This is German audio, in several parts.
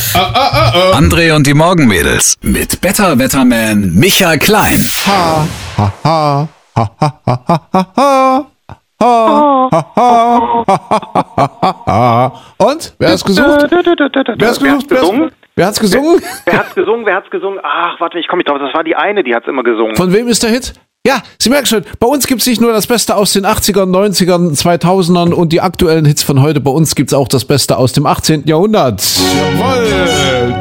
André und die Morgenmädels mit Better Wetterman Michael Klein. Ha, ha, ha, ha, ha, ha, ha, ha. Ha, ha, ha, ha, ha. Und? Wer hat's gesucht? Wer hat's gesungen? Wer hat's gesungen? Wer hat's gesungen? Ach, warte, ich komme nicht drauf. Das war die eine, die hat's immer gesungen. Von wem ist der Hit? Ja, Sie merken schon, bei uns gibt's nicht nur das Beste aus den 80ern, 90ern, 2000ern und die aktuellen Hits von heute. Bei uns gibt's auch das Beste aus dem 18. Jahrhundert. Jawohl!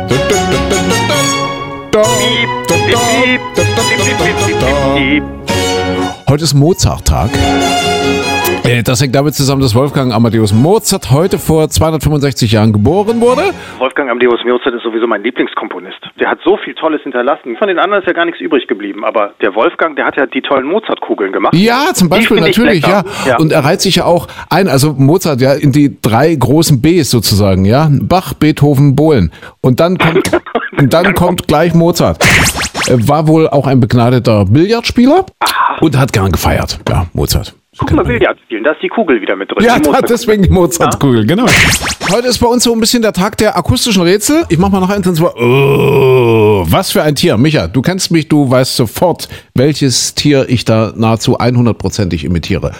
Heute ist Mozart-Tag. Das hängt damit zusammen, dass Wolfgang Amadeus Mozart heute vor 265 Jahren geboren wurde. Wolfgang Amadeus Mozart ist sowieso mein Lieblingskomponist. Der hat so viel Tolles hinterlassen. Von den anderen ist ja gar nichts übrig geblieben. Aber der Wolfgang, der hat ja die tollen Mozart-Kugeln gemacht. Ja, zum Beispiel, natürlich, ja. Und er reiht sich ja auch ein, also Mozart, ja, in die 3 großen Bs sozusagen, ja. Bach, Beethoven, Bohlen. Und dann kommt gleich Mozart. Er war wohl auch ein begnadeter Billardspieler und hat gern gefeiert. Ja, Mozart. Guck mal, Billard spielen, da ist die Kugel wieder mit drin. Ja, deswegen die Mozartkugel, genau. Heute ist bei uns so ein bisschen der Tag der akustischen Rätsel. Ich mach mal noch eins und zwar, was für ein Tier. Micha, du kennst mich, du weißt sofort, welches Tier ich da nahezu 100%ig imitiere.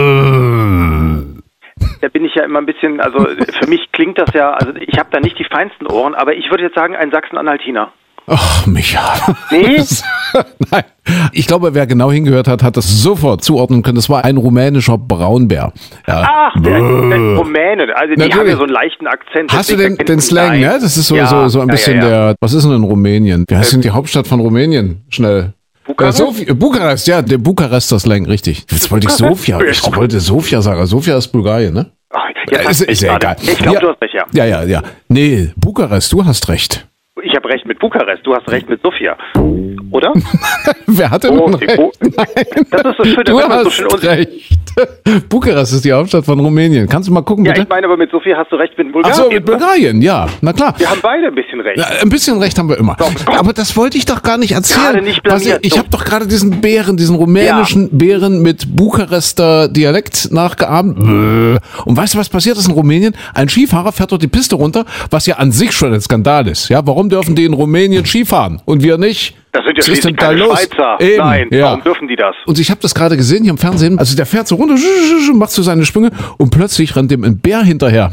Da bin ich ja immer ein bisschen, also für mich klingt das ja, also ich habe da nicht die feinsten Ohren, aber ich würde jetzt sagen, ein Sachsen-Anhaltiner. Ach, Micha. Nee? Nein. Ich glaube, wer genau hingehört hat, hat das sofort zuordnen können. Das war ein rumänischer Braunbär. Ja. Ach, der Rumäne. Also die haben ja so einen leichten Akzent. Hast du den Slang, ne? Das ist so ein bisschen der... Was ist denn in Rumänien? Wie heißt denn die Hauptstadt von Rumänien? Schnell. Bukarest, ja, der Bukarester Slang, richtig. Jetzt wollte ich Sofia. Ich wollte Sofia sagen. Sofia ist Bulgarien, ne? Ach, ja, ist ja egal. Ich glaube, du hast recht, ja. Ja. Nee, Bukarest, du hast recht. Ich habe recht mit Bukarest, du hast recht mit Sofia. Oder? Wer hatte denn recht? Das ist so schön, du hast so schön recht. Bukarest ist die Hauptstadt von Rumänien. Kannst du mal gucken, bitte? Ja, ich meine aber mit Sofia hast du recht mit Bulgarien. Ach so, mit Bulgarien, ja, na klar. Wir haben beide ein bisschen recht. Ja, ein bisschen recht haben wir immer. Doch. Aber das wollte ich doch gar nicht erzählen. Gerade nicht blamiert. Ich habe doch gerade diesen rumänischen Bären mit Bukarester Dialekt nachgeahmt. Und weißt du, was passiert ist in Rumänien? Ein Skifahrer fährt dort die Piste runter, was ja an sich schon ein Skandal ist. Ja, warum dürfen die in Rumänien Skifahren und wir nicht? Das sind ja schließlich keine Schweizer. Eben, nein, ja. Warum dürfen die das? Und ich habe das gerade gesehen hier im Fernsehen. Also der fährt so runter, macht so seine Sprünge und plötzlich rennt dem ein Bär hinterher.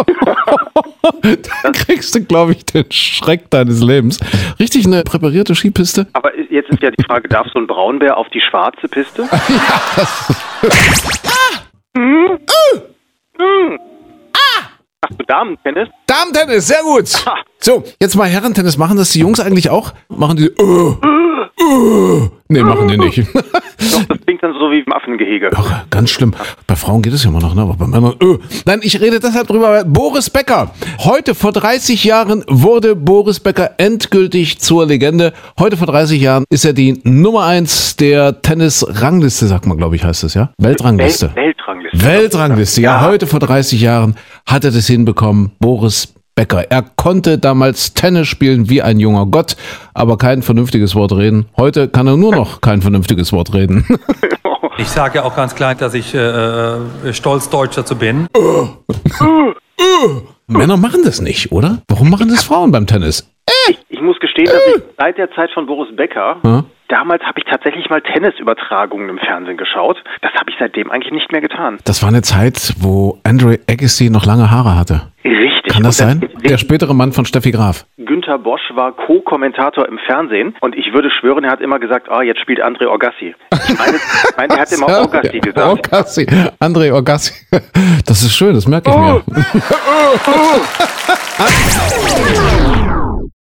Dann kriegst du, glaube ich, den Schreck deines Lebens. Richtig eine präparierte Skipiste. Aber jetzt ist ja die Frage, darf so ein Braunbär auf die schwarze Piste? Hast du Damentennis? Damentennis, sehr gut. So, jetzt mal Herrentennis. Machen das die Jungs eigentlich auch? Machen die Nee, machen die nicht. Doch, das klingt dann so wie im Affengehege. Ach, ganz schlimm. Bei Frauen geht es ja immer noch, ne? Aber bei Männern, Nein, ich rede deshalb drüber. Boris Becker. Heute vor 30 Jahren wurde Boris Becker endgültig zur Legende. Heute vor 30 Jahren ist er die Nummer 1 der Tennis-Rangliste, sagt man, glaube ich, heißt es, ja? Weltrangliste. Weltrangliste, ja. Heute vor 30 Jahren hat er das hinbekommen. Boris Becker. Er konnte damals Tennis spielen wie ein junger Gott, aber kein vernünftiges Wort reden. Heute kann er nur noch kein vernünftiges Wort reden. Ich sage ja auch ganz klar, dass ich stolz Deutsch dazu bin. Männer machen das nicht, oder? Warum machen das Frauen beim Tennis? Ich muss gestehen, dass ich seit der Zeit von Boris Becker, damals habe ich tatsächlich mal Tennisübertragungen im Fernsehen geschaut. Das habe ich seitdem eigentlich nicht mehr getan. Das war eine Zeit, wo Andre Agassi noch lange Haare hatte. Richtig. Kann das sein? Der spätere Mann von Steffi Graf. Günther Bosch war Co-Kommentator im Fernsehen und ich würde schwören, er hat immer gesagt, jetzt spielt André Agassi. Ich meine, er hat immer Agassi gesagt. Agassi, André Agassi. Das ist schön, das merke ich mir.